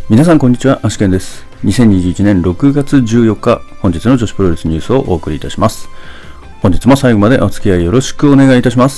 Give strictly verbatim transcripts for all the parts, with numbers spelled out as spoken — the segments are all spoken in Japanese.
皆さんこんにちは、アシケンです。にせんにじゅういちねんろくがつじゅうよっか、本日の女子プロレスニュースをお送りいたします。本日も最後までお付き合いよろしくお願いいたします。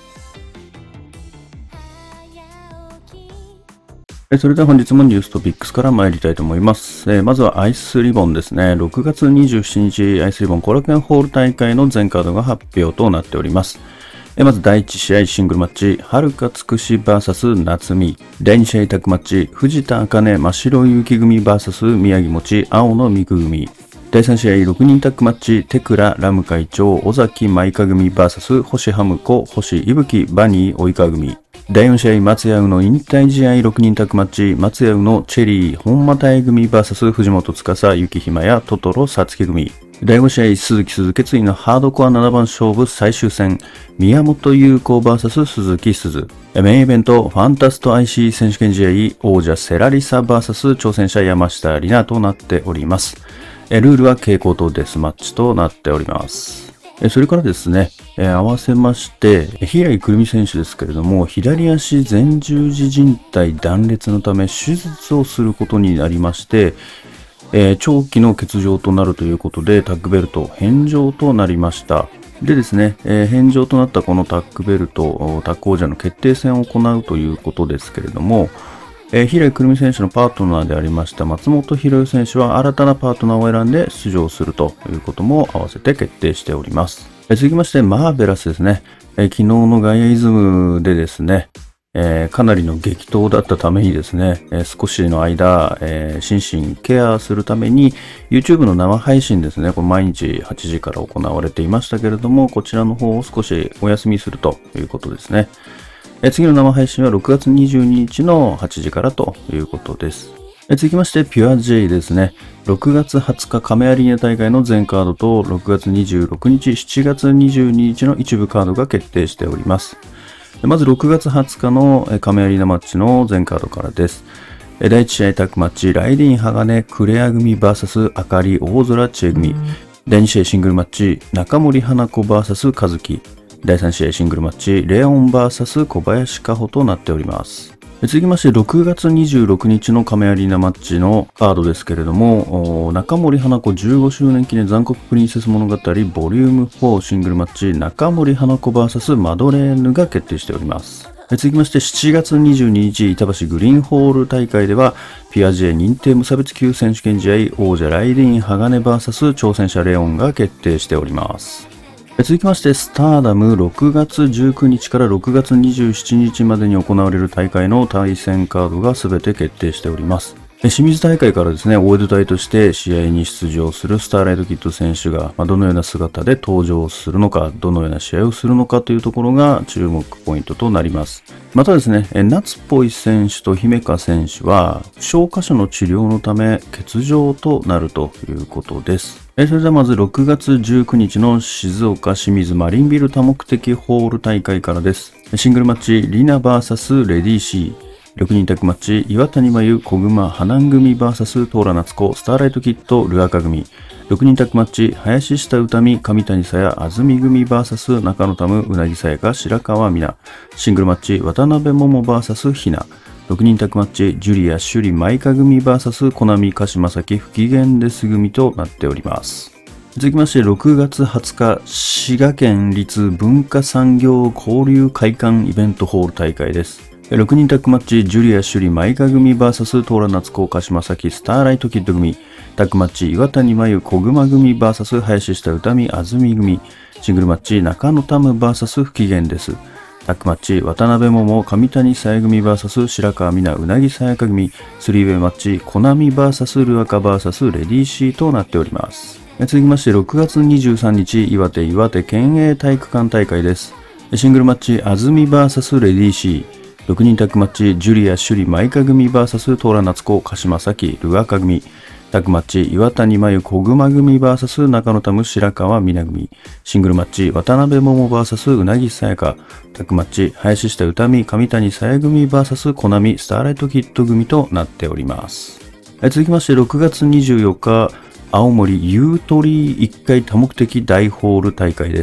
それでは本日もニューストピックスから参りたいと思います。えー、まずはアイスリボンですね。ろくがつにじゅうしちにちアイスリボン後楽園ホール大会の全カードが発表となっております。えー、まずだいいち試合シングルマッチ、はるかつくし ブイエス 夏美。だいに試合タッグマッチ、藤田茜真白ゆき組 ブイエス 宮城もち青野美久組。だいさん試合ろくにんタッグマッチ、テクララム会長尾崎舞香組 ブイエス 星ハム子星伊吹バニー及川組。だいよん試合松屋宇の引退試合ろくにんタッグマッチ、松屋宇のチェリー本間隊組 ブイエス 藤本司雪ひまやトトロさつき組。だいご試合鈴木鈴決意のハードコアななばん勝負最終戦、宮本優子 ブイエス 鈴木鈴。メインイベントファンタスト アイシー 選手権試合、王者セラリサ ブイエス 挑戦者山下里奈となっております。ルールは蛍光とデスマッチとなっております。それからですね、合わせまして、平井くるみ選手ですけれども、左足前十字靭帯断裂のため手術をすることになりまして、長期の欠場となるということで、タッグベルト返上となりました。でですね、返上となったこのタッグベルト、タッグ王者の決定戦を行うということですけれども、えー、平井くるみ選手のパートナーでありました松本博代選手は新たなパートナーを選んで出場するということも合わせて決定しております。えー、続きましてマーベラスですね。えー、昨日のガイアイズムでですね、えー、かなりの激闘だったためにですね、えー、少しの間、えー、心身ケアするために YouTube の生配信ですね、これ毎日はちじから行われていましたけれども、こちらの方を少しお休みするということですね。え次の生配信はろくがつにじゅうににちのはちじからということです。え続きましてピュア J ですね。ろくがつはつか亀アリーナ大会の全カードとろくがつにじゅうろくにち、しちがつにじゅうににちの一部カードが決定しております。まずろくがつはつかの亀アリーナマッチの全カードからです。だいいち試合タッグマッチ、ライディン鋼クレア組 ブイエス あかり大空知恵組。だいに試合シングルマッチ、中森花子 ブイエス 和樹。だいさん試合シングルマッチ、レオン ブイエス 小林香穂となっております。続きましてろくがつにじゅうろくにちの亀アリーナマッチのカードですけれども、中森花子じゅうごしゅうねん記念残酷プリンセス物語ボリュームフォーシングルマッチ、中森花子 ブイエス マドレーヌが決定しております。続きましてしちがつにじゅうににち板橋グリーンホール大会ではピア J 認定無差別級選手権試合、王者ライディン鋼 ブイエス 挑戦者レオンが決定しております。続きましてスターダムろくがつじゅうくにちからろくがつにじゅうしちにちまでに行われる大会の対戦カードが全て決定しております。清水大会からですね、大江戸隊として試合に出場するスターライトキッド選手がどのような姿で登場するのか、どのような試合をするのかというところが注目ポイントとなります。またですね、夏っぽい選手と姫香選手は負傷箇所の治療のため欠場となるということです。それではまずろくがつじゅうくにちの静岡清水マリンビル多目的ホール大会からです。シングルマッチ、リナ ブイエス レディー C。ろくにんタッグマッチ、岩谷真由、小熊、花組 ブイエス トーラ夏子、スターライトキッド、ルアカ組。ろくにんタッグマッチ、林下歌美、上谷さや、安住組 ブイエス 中野タム、うなぎさやか、白川美奈。シングルマッチ、渡辺桃 ブイエス ひな。ろくにんタッグマッチ、ジュリア、趣里、舞香組 ブイエス コナミ、鹿島崎、不機嫌です組となっております。続きましてろくがつはつか、滋賀県立文化産業交流会館イベントホール大会です。ろくにんタッグマッチ、ジュリア・趣里、舞香組 ブイエス トーラ夏子、鹿島崎、スターライトキッド組。タッグマッチ、岩谷真由、小熊組 ブイエス 林下歌美、安住組。シングルマッチ、中野タム ブイエス 不機嫌です。タッグマッチ、渡辺桃、上谷さや組 ブイエス 白川美奈、うなぎさやか組。スリーウェイマッチ、コナミ ブイエス ルアカ ブイエス レディー C となっております。続きましてろくがつにじゅうさんにち、岩手岩手県営体育館大会です。シングルマッチ、安住 ブイエス レディー C。ろくにんタッグマッチ、ジュリア・趣里、舞香組 ブイエス トーラ夏子、鹿島崎、ルアカ組。タッグマッチ、岩谷真由、小熊組 ブイエス 中野タム、白川美奈組。シングルマッチ、渡辺桃 ブイエス うなぎさやか。タッグマッチ、林下歌美、上谷さや組 ブイエス コナミ、スターライトキッド組となっております。続きましてろくがつにじゅうよっか、青森ユートリーいっかい多目的大ホール大会です。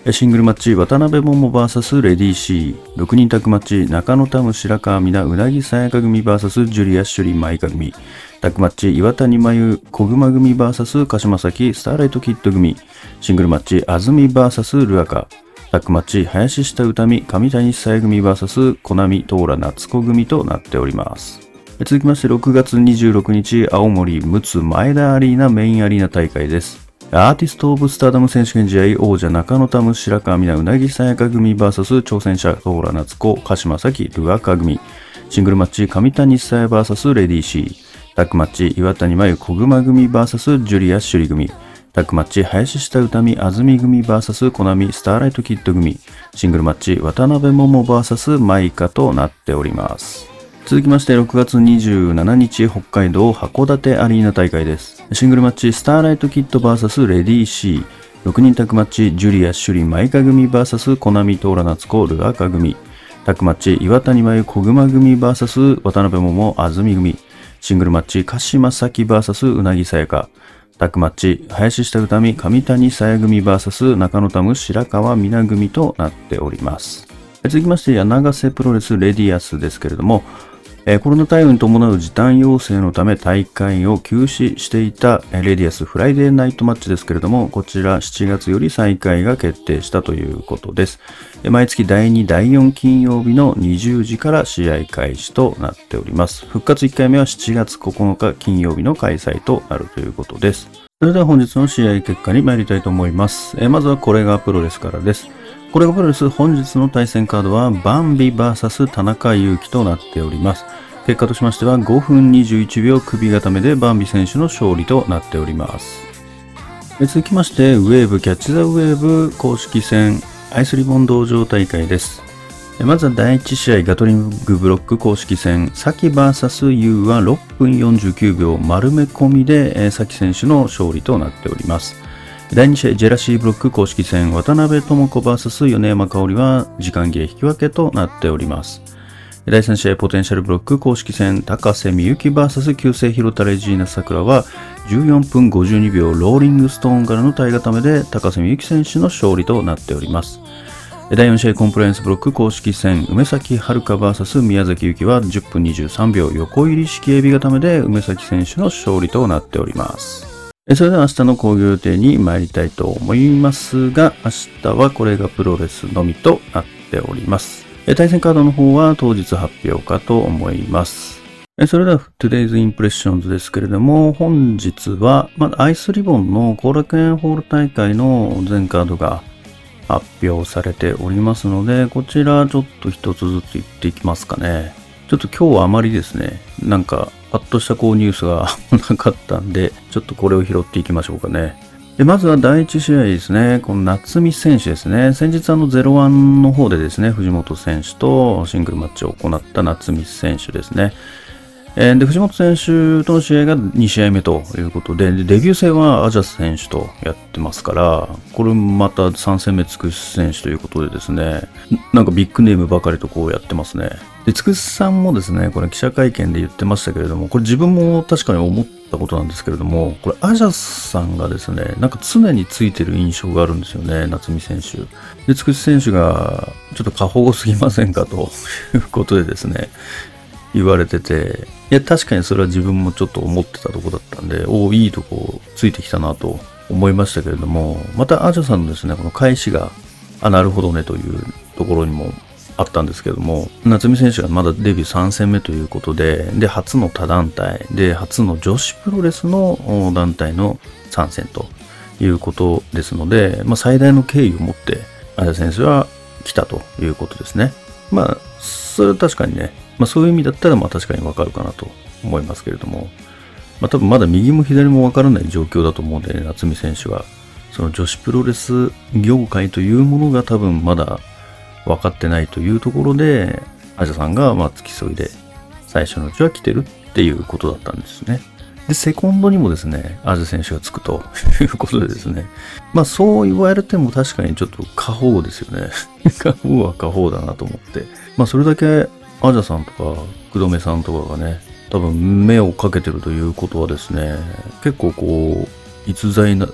シングルマッチ、渡辺桃 ブイエス レディー C。ろくにんタッグマッチ、中野タム、白川美奈、うなぎさやか組 ブイエス ジュリア・シュリ・マイカ組。タッグマッチ、岩谷真由、小熊組 ブイエス 鹿島崎、スターライトキッド組。シングルマッチ、安住 ブイエス ルアカ。タッグマッチ、林下歌美、上谷久恵組 ブイエス コナミ、東浦夏子組となっております。続きまして、ろくがつにじゅうろくにち、青森陸奥前田アリーナメインアリーナ大会です。アーティスト・オブ・スターダム選手権試合、王者中野タム、白川美奈、うなぎさやか組 ブイエス 挑戦者、東浦夏子、鹿島崎、ルアカ組。シングルマッチ、上谷久恵 ブイエス レディー C。タッグマッチ、岩谷真由、小熊組 ブイエス ジュリア・シュリ組。タッグマッチ、林下歌美、安住組 ブイエス コナミ、スターライトキッド組。シングルマッチ、渡辺桃 ブイエス マイカとなっております。続きまして、ろくがつにじゅうしちにち、北海道函館アリーナ大会です。シングルマッチ、スターライトキッド ブイエス レディー C。ろくにんタッグマッチ、ジュリア・シュリ・マイカ組 ブイエス コナミ、東浦夏子、ルアカ組。タッグマッチ、岩谷真由、小熊組 ブイエス 渡辺桃、安住組。シングルマッチ、鹿島崎 ブイエス うなぎさやか。タッグマッチ、林下歌美、上谷さや組 ブイエス 中野タム、白川美奈組となっております。続きまして、柳瀬プロレスレディアスですけれども、コロナ対応に伴う時短要請のため大会を休止していたレディアスフライデーナイトマッチですけれども、こちらしちがつより再開が決定したということです。毎月だいに、だいよん金曜日のにじゅうじから試合開始となっております。復活いっかいめはしちがつここのか金曜日の開催となるということです。それでは本日の試合結果に参りたいと思います。まずはこれがプロレスからです。これがプロレス本日の対戦カードはバンビ ブイエス 田中裕樹となっております。結果としましてはごふんにじゅういちびょう首固めでバンビ選手の勝利となっております。続きましてウェーブキャッチザウェーブ公式戦アイスリボン道場大会です。まずはだいいち試合ガトリングブロック公式戦サキ ブイエス ユーはろっぷんよんじゅうきゅうびょう丸め込みでサキ選手の勝利となっております。だいに試合ジェラシーブロック公式戦渡辺智子 ブイエス 米山香織は時間切れ引き分けとなっております。だいさん試合ポテンシャルブロック公式戦高瀬美幸 ブイエス 旧姓広田レジーナ桜はじゅうよんぷんごじゅうにびょうローリングストーンからの体固めで高瀬美幸選手の勝利となっております。だいよん試合コンプライアンスブロック公式戦梅崎遥 ブイエス 宮崎由紀はじゅっぷんにじゅうさんびょう横入り式エビ固めで梅崎選手の勝利となっております。それでは明日の興行予定に参りたいと思いますが、明日はこれがプロレスのみとなっております。対戦カードの方は当日発表かと思います。それでは Today's Impressions ですけれども、本日は、まあ、アイスリボンの後楽園ホール大会の全カードが発表されておりますので、こちらちょっと一つずつ言っていきますかね。ちょっと今日はあまりですね、なんかパッとしたこうニュースがなかったんで、ちょっとこれを拾っていきましょうかね。でまずはだいいち試合ですね。この夏見選手ですね。先日あのゼロワンの方でですね、藤本選手とシングルマッチを行った夏見選手ですね。えー、で藤本選手との試合がに試合目ということで、でデビュー戦はアジャス選手とやってますから、これまたさん戦目つくし選手ということでですね、なんかビッグネームばかりとこうやってますね。でつくしさんもですね、これ記者会見で言ってましたけれども、これ自分も確かに思ったことなんですけれども、これアジャスさんがですね、なんか常についてる印象があるんですよね、夏見選手。でつくし選手がちょっと過保護すぎませんかということでですね、言われてて、いや確かにそれは自分もちょっと思ってたとこだったんで、おおいいとこついてきたなと思いましたけれども、またアジャさんのですねこの返しがあなるほどねというところにもあったんですけども、夏見選手がまだデビューさん戦目ということで、で初の他団体で初の女子プロレスの団体の参戦ということですので、まあ、最大の敬意を持ってアジャ選手は来たということですね。まあそれは確かにね、まあ、そういう意味だったらまあ確かにわかるかなと思いますけれども、まあ、多分まだ右も左もわからない状況だと思うんで、ね、夏見選手はその女子プロレス業界というものが多分まだ分かってないというところで、アジャさんがまあ付き添いで最初のうちは来てるっていうことだったんですね。でセコンドにもですねアジャ選手がつくということでですね、まあそう言われても確かにちょっと過保護ですよね過保護は過保護だなと思って、まあそれだけアジャさんとか福留さんとかがね多分目をかけてるということはですね、結構こう逸材な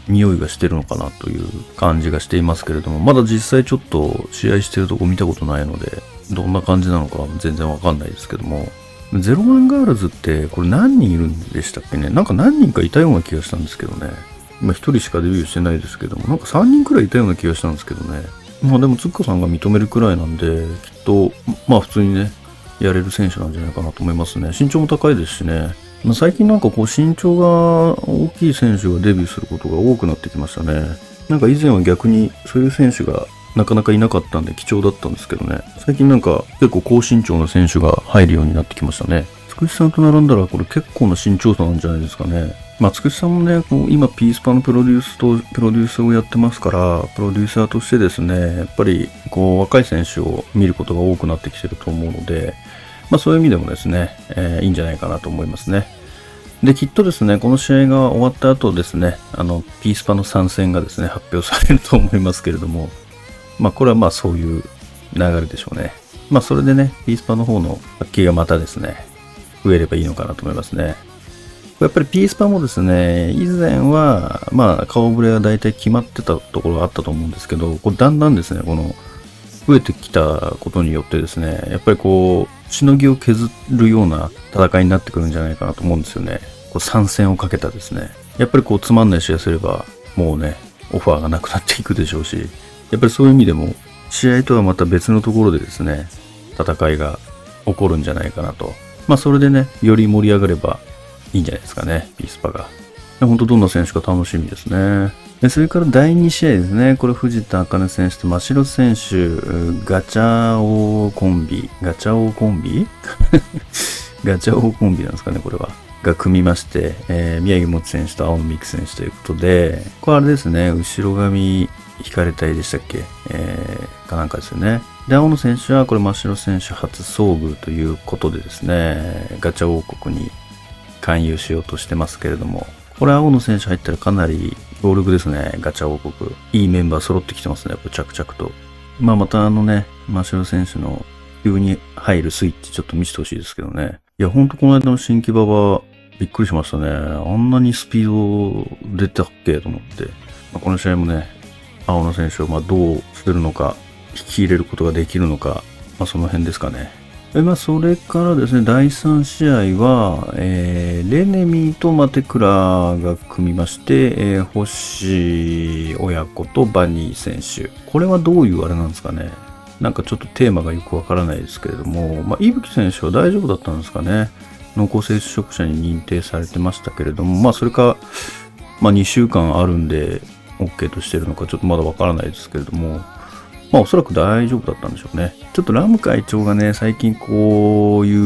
匂いがしてるのかなという感じがしていますけれども、まだ実際ちょっと試合してるとこ見たことないので、どんな感じなのか全然わかんないですけども、ゼロワンガールズってこれ何人いるんでしたっけね。なんか何人かいたような気がしたんですけどね。今一人しかデビューしてないですけども、なんかさんにんくらいいたような気がしたんですけどね。まあでもつっかさんが認めるくらいなんで、きっとまあ普通にね、やれる選手なんじゃないかなと思いますね。身長も高いですしね。まあ、最近なんかこう身長が大きい選手がデビューすることが多くなってきましたね。なんか以前は逆にそういう選手がなかなかいなかったんで貴重だったんですけどね。最近なんか結構高身長の選手が入るようになってきましたね。つくしさんと並んだらこれ結構な身長差なんじゃないですかね。まあつくしさんもね、こう今ピースパのプロデュースとプロデュースをやってますから、プロデューサーとしてですね、やっぱりこう若い選手を見ることが多くなってきてると思うので、まあそういう意味でもですね、えー、いいんじゃないかなと思いますね。で、きっとですね、この試合が終わった後ですね、あの、ピースパの参戦がですね、発表されると思いますけれども、まあこれはまあそういう流れでしょうね。まあそれでね、ピースパの方の発揮がまたですね、増えればいいのかなと思いますね。やっぱりピースパもですね、以前は、まあ顔ぶれが大体決まってたところがあったと思うんですけど、これだんだんですね、この、増えてきたことによってですね、やっぱりこう、しのぎを削るような戦いになってくるんじゃないかなと思うんですよね。こう参戦をかけたですね。やっぱりこう、つまんない試合すれば、もうね、オファーがなくなっていくでしょうし、やっぱりそういう意味でも、試合とはまた別のところでですね、戦いが起こるんじゃないかなと。まあ、それでね、より盛り上がればいいんじゃないですかね、ピースパが。本当どんな選手か楽しみですね。でそれからだいに試合ですね。これ藤田茜選手と真城選手、ガチャオコンビ、ガチャオコンビガチャオコンビなんですかね、これは。が組みまして、えー、宮城元選手と青野美樹選手ということで、これあれですね、後ろ髪引かれたいでしたっけ、えー、かなんかですよね。で、青野選手はこれ真城選手初遭遇ということでですね、ガチャ王国に勧誘しようとしてますけれども、これ青野選手入ったらかなり強力ですね。ガチャ王国。いいメンバー揃ってきてますね。やっぱ着々と。まあまたあのね、真城選手の急に入るスイッチちょっと見せてほしいですけどね。いや、ほんとこの間の新木場はびっくりしましたね。あんなにスピード出たっけと思って。まあ、この試合もね、青野選手をまあどうするのか、引き入れることができるのか、まあその辺ですかね。まあ、それからですね、だいさん試合は、えー、レネミーとマテクラが組みまして、えー、星親子とバニー選手。これはどういうあれなんですかね。なんかちょっとテーマがよくわからないですけれども、まあ、伊吹選手は大丈夫だったんですかね。濃厚接触者に認定されてましたけれども、まあ、それか、まあ、にしゅうかんあるんで、OK としてるのか、ちょっとまだわからないですけれども、まあおそらく大丈夫だったんでしょうね。ちょっとラム会長がね、最近こういう、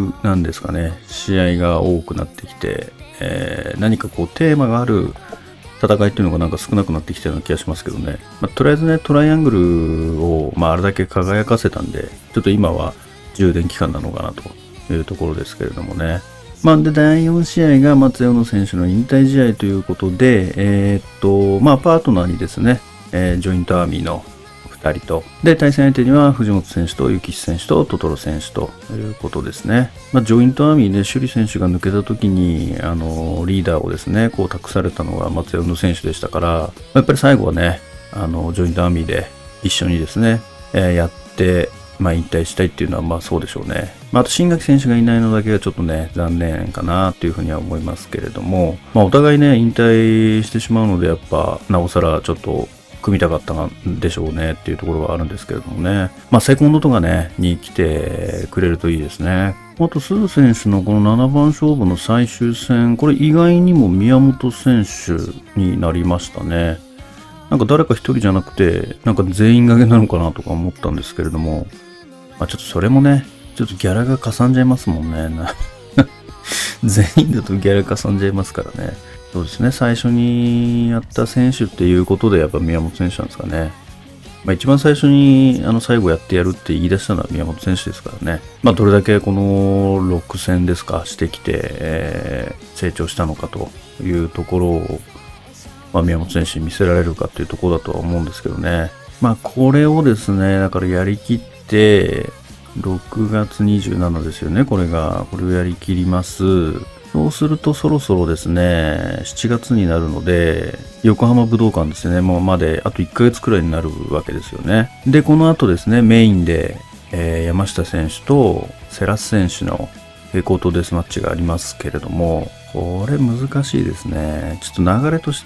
なんですかね、試合が多くなってきて、えー、何かこうテーマがある戦いっていうのがなんか少なくなってきたような気がしますけどね。まあ、とりあえずね、トライアングルを、まあ、あれだけ輝かせたんで、ちょっと今は充電期間なのかなというところですけれどもね。まあ、で、だいよん試合が松山選手の引退試合ということで、えー、っと、まあ、パートナーにですね、えー、ジョイントアーミーのふたりと、で、対戦相手には藤本選手と幸志選手とトトロ選手ということですね。まあ、ジョイントアーミーで首里選手が抜けた時に、あの、リーダーをですね、こう託されたのが松山選手でしたから、やっぱり最後はね、あの、ジョイントアーミーで一緒にですね、えー、やって、まあ、引退したいっていうのは、まあそうでしょうね。まあ、あと、新垣選手がいないのだけがちょっとね、残念かなっていうふうには思いますけれども、まあ、お互いね、引退してしまうので、やっぱ、なおさらちょっと、組みたかったんでしょうねっていうところはあるんですけれどもね。まあ、セコンドとかね、に来てくれるといいですね。あと、鈴選手のこのななばん勝負の最終戦、これ意外にも宮本選手になりましたね。なんか誰か一人じゃなくて、なんか全員掛けなのかなとか思ったんですけれども、まあ、ちょっとそれもね、ちょっとギャラがかさんじゃいますもんね。全員だとギャラかさんじゃいますからね。そうですね、最初にやった選手っていうことでやっぱ宮本選手なんですかね。まあ、一番最初にあの最後やってやるって言い出したのは宮本選手ですからね。まあ、どれだけこのろく戦ですかしてきて、えー、成長したのかというところを、まあ、宮本選手に見せられるかっていうところだとは思うんですけどね。まあこれをですね、だからやりきってろくがつにじゅうしちですよね、これが。これをやりきります。 そうするとそろそろですね、しちがつになるので、横浜武道館ですね、もうまであといっかげつくらいになるわけですよね。で、この後ですね、メインで、えー、山下選手とセラス選手の平行とデスマッチがありますけれども、これ難しいですね。ちょっと流れとして、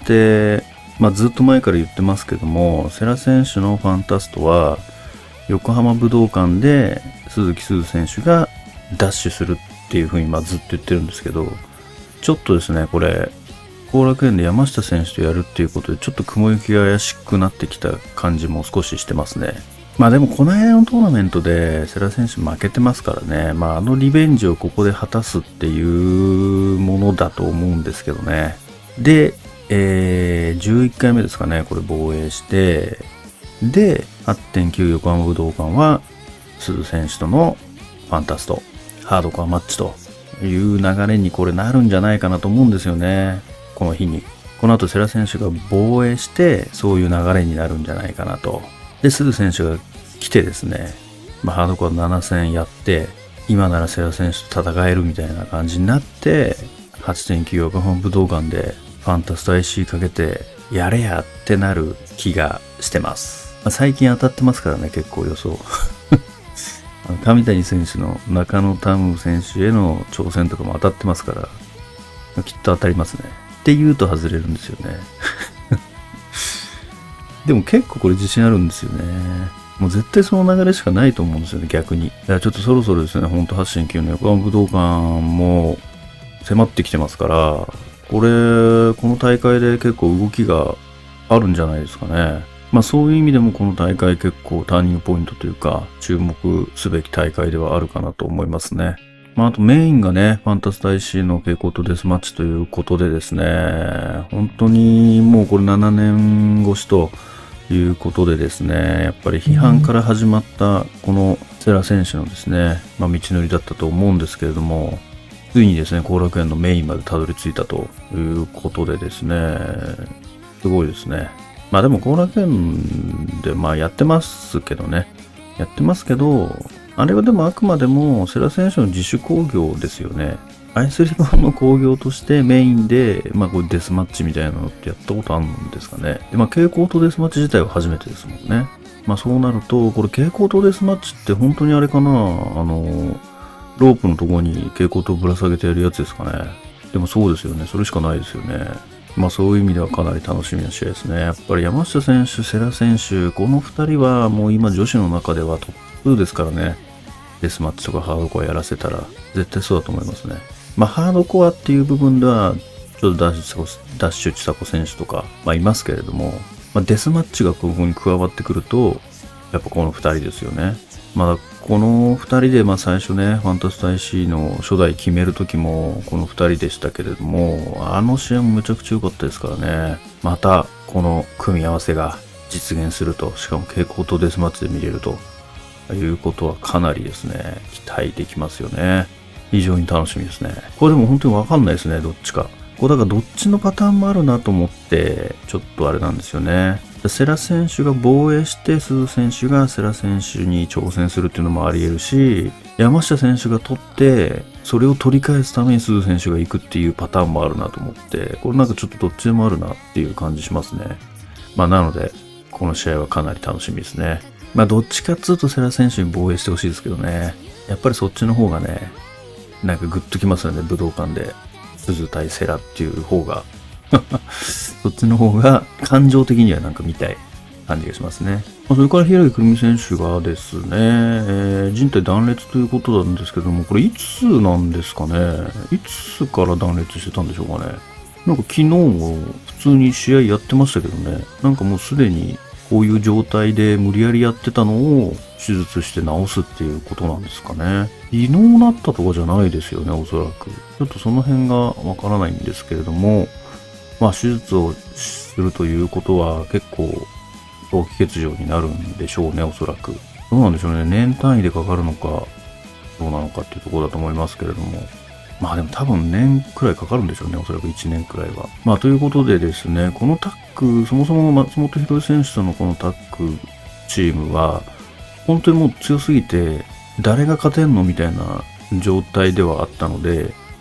まあずっと前から言ってますけども、セラ選手のファンタストは、横浜武道館で鈴木鈴選手がダッシュするっていう風にまあずっと言ってるんですけど、ちょっとですね、これ、後楽園で山下選手とやるっていうことで、ちょっと雲行きが怪しくなってきた感じも少ししてますね。まあでもこの辺のトーナメントで世良選手負けてますからね、まああのリベンジをここで果たすっていうものだと思うんですけどね。で、えー、じゅういっかいめですかね、これ防衛して、で、はちてんきゅう 横浜武道館は鈴選手とのファンタスト、ハードコアマッチという流れにこれなるんじゃないかなと思うんですよね、この日に。この後世良選手が防衛して、そういう流れになるんじゃないかなと。で、鈴選手が来てですね、まあ、ハードコアなな戦やって、今なら世良選手と戦えるみたいな感じになって、はちてんきゅう 横浜武道館でファンタスト アイシー かけて、やれやってなる気がしてます。まあ、最近当たってますからね、結構予想。上谷選手の中野タム選手への挑戦とかも当たってますから、きっと当たりますね。って言うと外れるんですよね。でも結構これ自信あるんですよね。もう絶対その流れしかないと思うんですよね、逆に。だからちょっとそろそろですね、ほんとはちてんきゅうの横浜武道館も迫ってきてますから、これ、この大会で結構動きがあるんじゃないですかね。まあそういう意味でもこの大会結構ターニングポイントというか、注目すべき大会ではあるかなと思いますね。まああとメインがね、ファンタスタ アイシー の傾向とデスマッチということでですね、本当にもうこれななねん越しということでですね、やっぱり批判から始まったこのセラ選手のですね、まあ道のりだったと思うんですけれども、ついにですね、後楽園のメインまでたどり着いたということでですね、すごいですね。まあでも後楽園でまあやってますけどね、やってますけど、あれはでもあくまでもセラ選手の自主興行ですよね。アイスリボンの興行としてメインで、まあこういうデスマッチみたいなのってやったことあるんですかね。でまあ蛍光とデスマッチ自体は初めてですもんね。まあそうなると、これ蛍光とデスマッチって本当にあれかな、あの、ロープのところに蛍光とぶら下げてやるやつですかね。でもそうですよね。それしかないですよね。まあそういう意味ではかなり楽しみな試合ですね。やっぱり山下選手、世良選手、このふたりはもう今女子の中ではトップですからね。デスマッチとかハードコアやらせたら絶対そうだと思いますね。まあハードコアっていう部分ではちょっとダッシュ、ダッシュ千佐子選手とか、まあいますけれども、まあデスマッチがここに加わってくると、やっぱこのふたりですよね。まあこのふたりでまあ最初ね、ファンタスタ アイシー の初代決める時もこのふたりでしたけれども、あの試合もむちゃくちゃ良かったですからね。またこの組み合わせが実現すると、しかも蛍光とデスマッチで見れるということはかなりですね、期待できますよね。非常に楽しみですね。これでも本当にわかんないですね、どっちか。こうだからどっちのパターンもあるなと思って、ちょっとあれなんですよね。セラ選手が防衛して、鈴選手がセラ選手に挑戦するっていうのもあり得るし、山下選手が取って、それを取り返すために鈴選手が行くっていうパターンもあるなと思って、これなんかちょっとどっちでもあるなっていう感じしますね。まあなので、この試合はかなり楽しみですね。まあどっちかっつうとセラ選手に防衛してほしいですけどね。やっぱりそっちの方がね、なんかグッときますよね、武道館で。鈴対セラっていう方が。そっちの方が感情的にはなんか見たい感じがしますね。それから平井くるみ選手がですね、えー、人体断裂ということなんですけども、これいつなんですかね。いつから断裂してたんでしょうかね。なんか昨日も普通に試合やってましたけどね。なんかもうすでにこういう状態で無理やりやってたのを手術して治すっていうことなんですかね。昨日なったとかじゃないですよね、おそらく。ちょっとその辺がわからないんですけれども、まあ手術をするということは結構早期欠場になるんでしょうね、おそらく。どうなんでしょうね、年単位でかかるのかどうなのかっていうところだと思いますけれども。まあでも多分年くらいかかるんでしょうね、おそらくいちねんくらいは。まあということでですね、このタッグ、そもそも松本博選手とのこのタッグチームは、本当にもう強すぎて、誰が勝てんのみたいな状態ではあったので、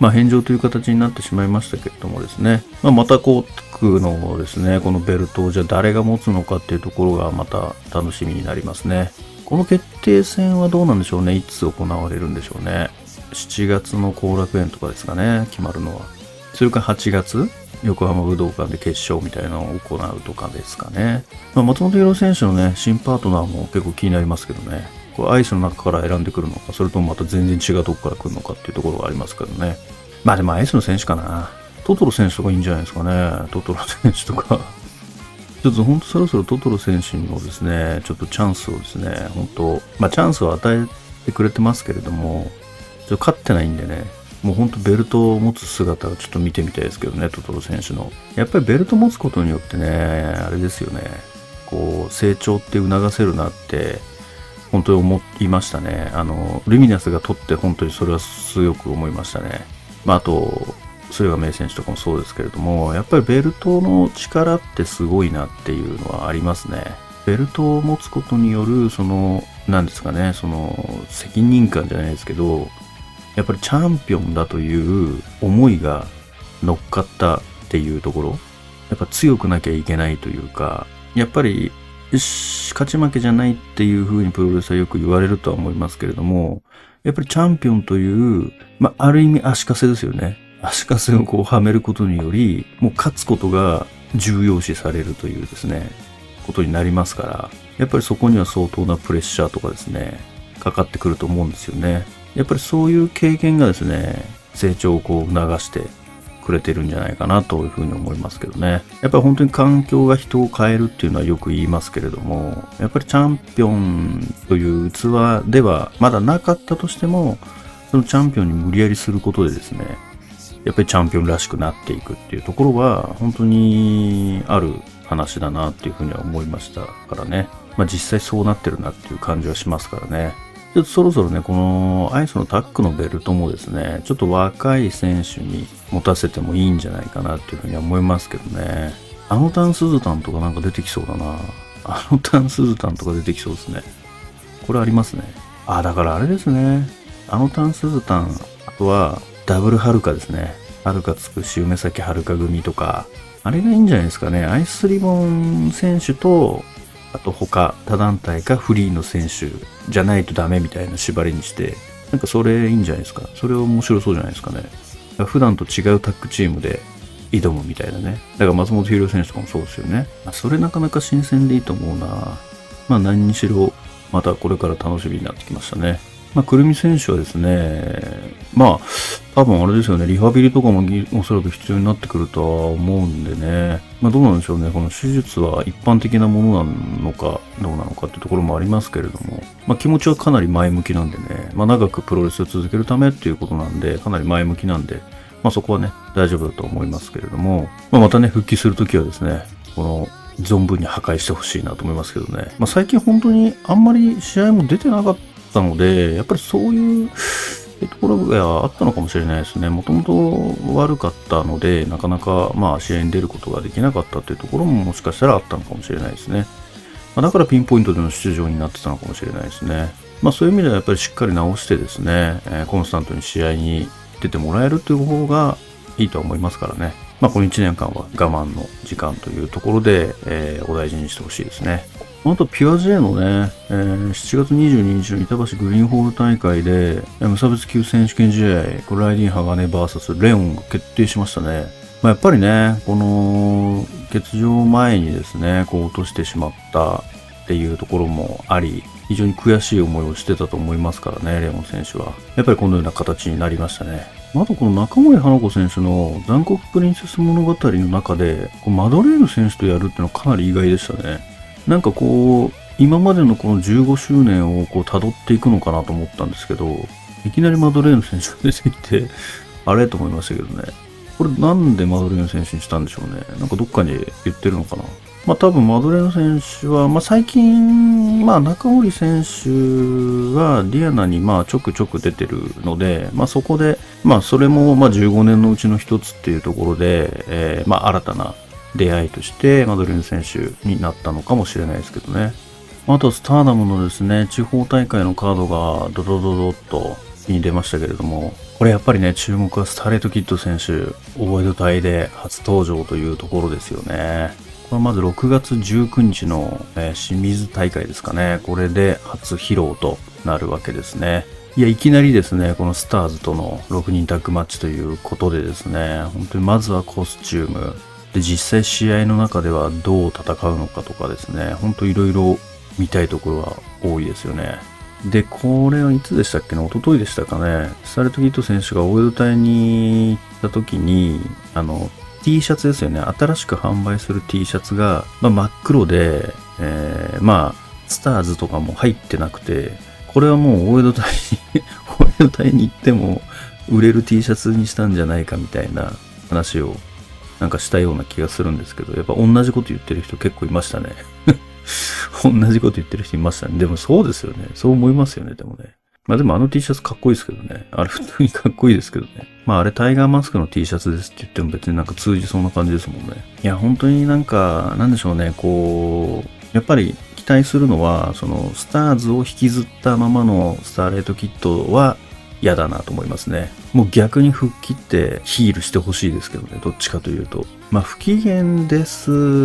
まあ、返上という形になってしまいましたけれどもですね、まあ、またこう、タッグのですね、このベルトをじゃあ誰が持つのかっていうところがまた楽しみになりますね。この決定戦はどうなんでしょうね。いつ行われるんでしょうね。しちがつの後楽園とかですかね、決まるのは。それからはちがつ、横浜武道館で決勝みたいなのを行うとかですかね。まあ、松本博選手のね、新パートナーも結構気になりますけどね。これアイスの中から選んでくるのか、それともまた全然違うとこから来るのかっていうところがありますけどね。まあでもアイスの選手かな。トトロ選手とかいいんじゃないですかね。トトロ選手とか。ちょっと本当そろそろトトロ選手のですね、ちょっとチャンスをですね、本当まあチャンスを与えてくれてますけれども、ちょっと勝ってないんでね、もう本当ベルトを持つ姿をちょっと見てみたいですけどね、トトロ選手の。やっぱりベルト持つことによってね、あれですよね、こう、成長って促せるなって、本当に思いましたね。あの、ルミナスが取って本当にそれは強く思いましたね。まああと、それが名選手とかもそうですけれども、やっぱりベルトの力ってすごいなっていうのはありますね。ベルトを持つことによる、その、なんですかね、その、責任感じゃないですけど、やっぱりチャンピオンだという思いが乗っかったっていうところ、やっぱ強くなきゃいけないというか、やっぱり、よし、勝ち負けじゃないっていう風にプロレスはよく言われるとは思いますけれども、やっぱりチャンピオンという、まあ、ある意味足かせですよね。足かせをこうはめることにより、もう勝つことが重要視されるというですね、ことになりますから、やっぱりそこには相当なプレッシャーとかですね、かかってくると思うんですよね。やっぱりそういう経験がですね、成長をこう促してくれてるんじゃないかなというふうに思いますけどね。やっぱり本当に環境が人を変えるっていうのはよく言いますけれども、やっぱりチャンピオンという器ではまだなかったとしても、そのチャンピオンに無理やりすることでですね、やっぱりチャンピオンらしくなっていくっていうところは本当にある話だなっていうふうには思いましたからね。まあ実際そうなってるなっていう感じはしますからね。ちょっとそろそろね、このアイスのタッグのベルトもですね、ちょっと若い選手に持たせてもいいんじゃないかなっていうふうには思いますけどね。あのタンスズタンとかなんか出てきそうだな。あのタンスズタンとか出てきそうですね。これありますね。あ、だからあれですね。あのタンスズタン、あとはダブルハルカですね。ハルカつくし梅崎ハルカ組とか、あれがいいんじゃないですかね。アイスリボン選手と、あと他他団体かフリーの選手じゃないとダメみたいな縛りにして、なんかそれいいんじゃないですか。それ面白そうじゃないですかね。普段と違うタッグチームで挑むみたいなね。だから松本博選手とかもそうですよね。それなかなか新鮮でいいと思うな。まあ何にしろまたこれから楽しみになってきましたね。まあ、くるみ選手はですね、まあ、多分あれですよね、リハビリとかもおそらく必要になってくるとは思うんでね、まあどうなんでしょうね、この手術は一般的なものなのかどうなのかっていうところもありますけれども、まあ気持ちはかなり前向きなんでね、まあ長くプロレスを続けるためっていうことなんで、かなり前向きなんで、まあそこはね、大丈夫だと思いますけれども、まあまたね、復帰するときはですね、この、存分に破壊してほしいなと思いますけどね。まあ最近本当にあんまり試合も出てなかったので、やっぱりそういうところがあったのかもしれないですね。もともと悪かったので、なかなかまあ試合に出ることができなかったというところももしかしたらあったのかもしれないですね。まあ、だからピンポイントでの出場になってたのかもしれないですね。まあそういう意味ではやっぱりしっかり直してですね、えー、コンスタントに試合に出てもらえるという方がいいと思いますからね。まあこのいちねんかんは我慢の時間というところで、えー、お大事にしてほしいですね。あと、ピュア J のね、えー、しちがつにじゅうににちの板橋グリーンホール大会で、無差別級選手権試合、これライディン・鋼 ブイエス レオンが決定しましたね。まあ、やっぱりね、この、欠場前にですね、こう落としてしまったっていうところもあり、非常に悔しい思いをしてたと思いますからね、レオン選手は。やっぱりこのような形になりましたね。あとこの中森花子選手の残酷プリンセス物語の中で、マドレーヌ選手とやるっていうのはかなり意外でしたね。なんかこう、今までのこのじゅうごしゅうねんをこう辿っていくのかなと思ったんですけど、いきなりマドレーヌ選手が出てきて、あれと思いましたけどね。これなんでマドレーヌ選手にしたんでしょうね。なんかどっかに言ってるのかな。まあ多分マドレーヌ選手は、まあ最近、まあ中森選手はディアナにまあちょくちょく出てるので、まあそこで、まあそれもまあじゅうごねんのうちの一つっていうところで、えー、まあ新たな出会いとしてマドレーヌ選手になったのかもしれないですけどね。あとスターダムのですね、地方大会のカードがドドドドッとに出ましたけれども、 これやっぱりね、注目はスターレット・キッド選手、大江戸隊で初登場というところですよね。これまずろくがつじゅうくにちの、えー、清水大会ですかね。これで初披露となるわけですね。いや、いきなりですね、このスターズとのろくにんタッグマッチということでですね、本当にまずはコスチューム、で、実際試合の中ではどう戦うのかとかですね、本当いろいろ見たいところは多いですよね。で、これはいつでしたっけね、一昨日でしたかね、スターレット・キッド選手が大江戸隊に行った時に、あの、T シャツですよね、新しく販売する T シャツが、まあ、真っ黒で、えー、まあ、スターズとかも入ってなくて、これはもう大江戸隊に、大江戸隊に行っても売れる T シャツにしたんじゃないかみたいな話をなんかしたような気がするんですけど、やっぱ同じこと言ってる人結構いましたね。同じこと言ってる人いましたね。でもそうですよね。そう思いますよね、でもね。まあでもあの T シャツかっこいいですけどね。あれ普通にかっこいいですけどね。まああれタイガーマスクの T シャツですって言っても別になんか通じそうな感じですもんね。いや、本当になんか、なんでしょうね、こう、やっぱり期待するのは、そのスターズを引きずったままのスターレット・キッドは嫌だなと思いますね。もう逆に吹っ切ってヒールしてほしいですけどね、どっちかというと。まあ不機嫌です、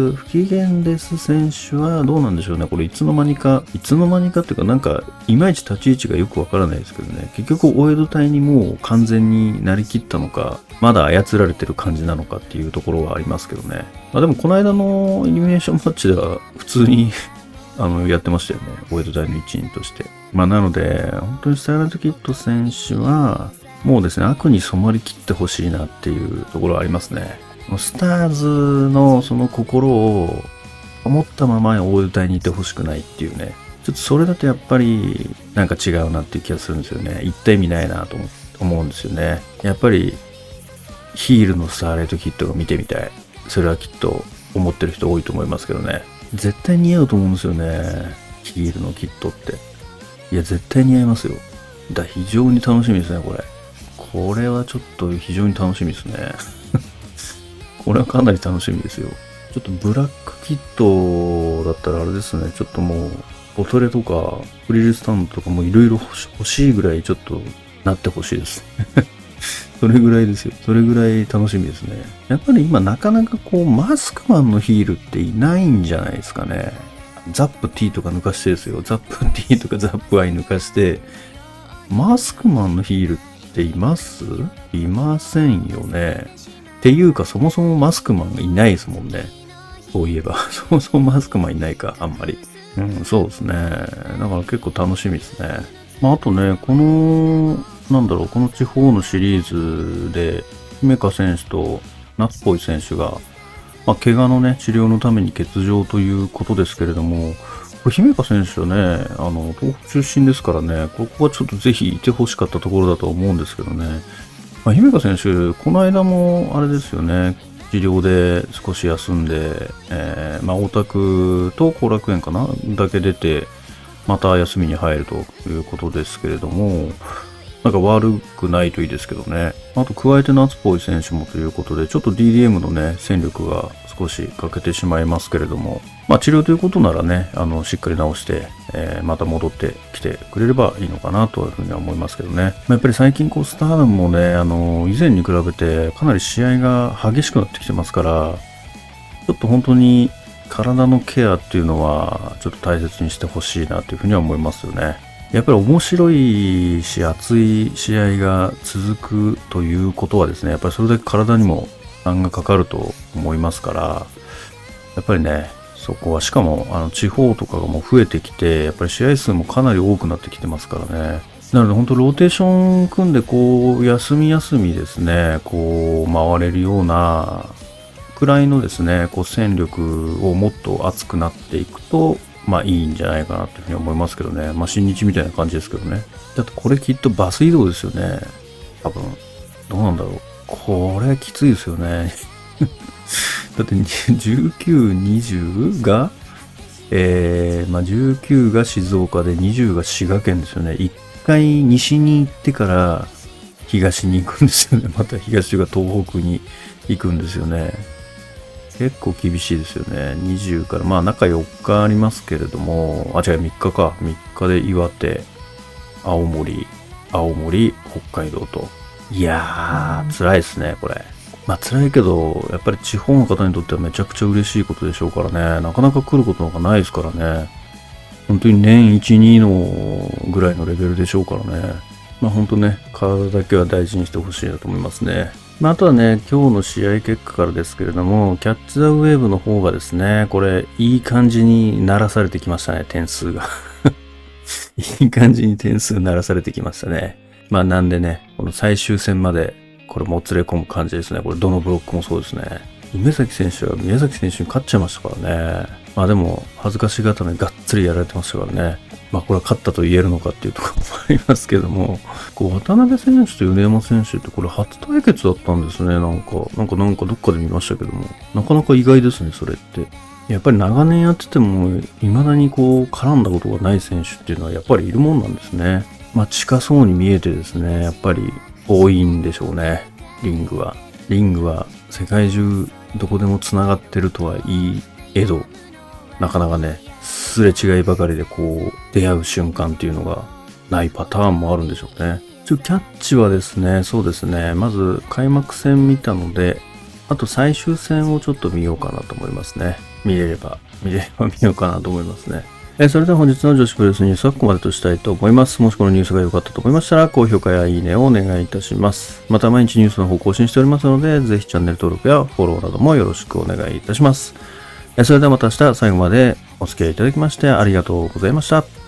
不機嫌です選手はどうなんでしょうね。これいつの間にか、いつの間にかっていうかなんかいまいち立ち位置がよくわからないですけどね。結局大江戸隊にもう完全になりきったのか、まだ操られてる感じなのかっていうところはありますけどね。まあでもこの間のイルミネーションマッチでは普通にあの、やってましたよね。大江戸隊の一員として。まあなので、本当にスタイルドキッド選手は、もうですね、悪に染まりきってほしいなっていうところはありますね。スターズのその心を思ったまま大江戸隊にいてほしくないっていうね。ちょっとそれだとやっぱりなんか違うなっていう気がするんですよね。行った意味ないなと思うんですよね。やっぱりヒールのスターレットキッドが見てみたい。それはきっと思ってる人多いと思いますけどね。絶対似合うと思うんですよね。ヒールのキットって。いや、絶対似合いますよ。だ、非常に楽しみですね、これ。これはちょっと非常に楽しみですね。これはかなり楽しみですよ。ちょっとブラックキットだったらあれですね、ちょっともう、ボトレとか、フリルスタンドとかもいろいろ欲しいぐらいちょっとなってほしいです。それぐらいですよ。それぐらい楽しみですね。やっぱり今なかなかこう、マスクマンのヒールっていないんじゃないですかね。ザップ T とか抜かしてですよ。ザップ T とかザップ I 抜かして、マスクマンのヒールっていますいませんよね。っていうか、そもそもマスクマンがいないですもんね。そういえば。そもそもマスクマンいないか、あんまり。うん、そうですね。だから結構楽しみですね。まあ、あとね、この、なんだろう、この地方のシリーズで、姫香選手と夏っぽい選手が、まあ、怪我のね、治療のために欠場ということですけれども、これ姫香選手はね、あの、東北出身ですからね、ここはちょっとぜひいてほしかったところだと思うんですけどね。まあ、姫香選手、この間もあれですよね、治療で少し休んで、えー、まあ、大田区と後楽園かなだけ出て、また休みに入るということですけれども、なんか悪くないといいですけどね。あと加えて夏っぽい選手もということで、ちょっと ディーディーエム のね、戦力が少し欠けてしまいますけれども、まあ治療ということならね、あの、しっかり治して、えー、また戻ってきてくれればいいのかなというふうには思いますけどね。まあ、やっぱり最近こう、スターダムもね、あの、以前に比べてかなり試合が激しくなってきてますから、ちょっと本当に体のケアっていうのはちょっと大切にしてほしいなというふうには思いますよね。やっぱり面白いし熱い試合が続くということはですね、やっぱりそれだけ体にも負担がかかると思いますから、やっぱりね、そこはしかもあの地方とかがもう増えてきて、やっぱり試合数もかなり多くなってきてますからね。なので本当ローテーション組んでこう休み休みですね、こう回れるようなくらいのですね、こう戦力をもっと熱くなっていくと、まあいいんじゃないかなというふうに思いますけどね。まあ新日みたいな感じですけどね。だってこれきっとバス移動ですよね。多分。どうなんだろう。これきついですよね。だってじゅうきゅう、にじゅうが、えー、まあじゅうきゅうが静岡でにじゅうが滋賀県ですよね。一回西に行ってから東に行くんですよね。また東が東北に行くんですよね。結構厳しいですよね。にじゅうから、まあ中よっかありますけれども、あ、違う、みっかか。みっかで岩手、青森、青森、北海道といやー、辛いですね、これ。まあ辛いけど、やっぱり地方の方にとってはめちゃくちゃ嬉しいことでしょうからね。なかなか来ることなんかないですからね。本当に年いち、にのぐらいのレベルでしょうからね。まあ本当ね、体だけは大事にしてほしいなと思いますね。まあ、あとはね、今日の試合結果からですけれども、キャッチ・ザ・ウェーブの方がですね、これ、いい感じに鳴らされてきましたね、点数が。いい感じに点数鳴らされてきましたね。まあなんでね、この最終戦まで、これもつれ込む感じですね。これどのブロックもそうですね。梅崎選手は宮崎選手に勝っちゃいましたからね。まあでも、恥ずかしがためがっつりやられてましたからね。まあこれは勝ったと言えるのかっていうところもありますけども、こう渡辺選手と米山選手ってこれ初対決だったんですね。なんか、なんかなんかどっかで見ましたけども、なかなか意外ですね、それって。やっぱり長年やってても、未だにこう絡んだことがない選手っていうのはやっぱりいるもんなんですね。まあ近そうに見えてですね、やっぱり多いんでしょうね、リングは。リングは世界中どこでも繋がってるとはいいえど、なかなかね、すれ違いばかりでこう出会う瞬間っていうのがないパターンもあるんでしょうね。ちょキャッチはですね、そうですね、まず開幕戦見たので、あと最終戦をちょっと見ようかなと思いますね。見れれば、見れれば見ようかなと思いますね。えそれでは本日の女子プロレスニュースはここまでとしたいと思います。もしこのニュースが良かったと思いましたら、高評価やいいねをお願いいたします。また毎日ニュースの方更新しておりますので、ぜひチャンネル登録やフォローなどもよろしくお願いいたします。それではまた明日最後までお付き合いいただきましてありがとうございました。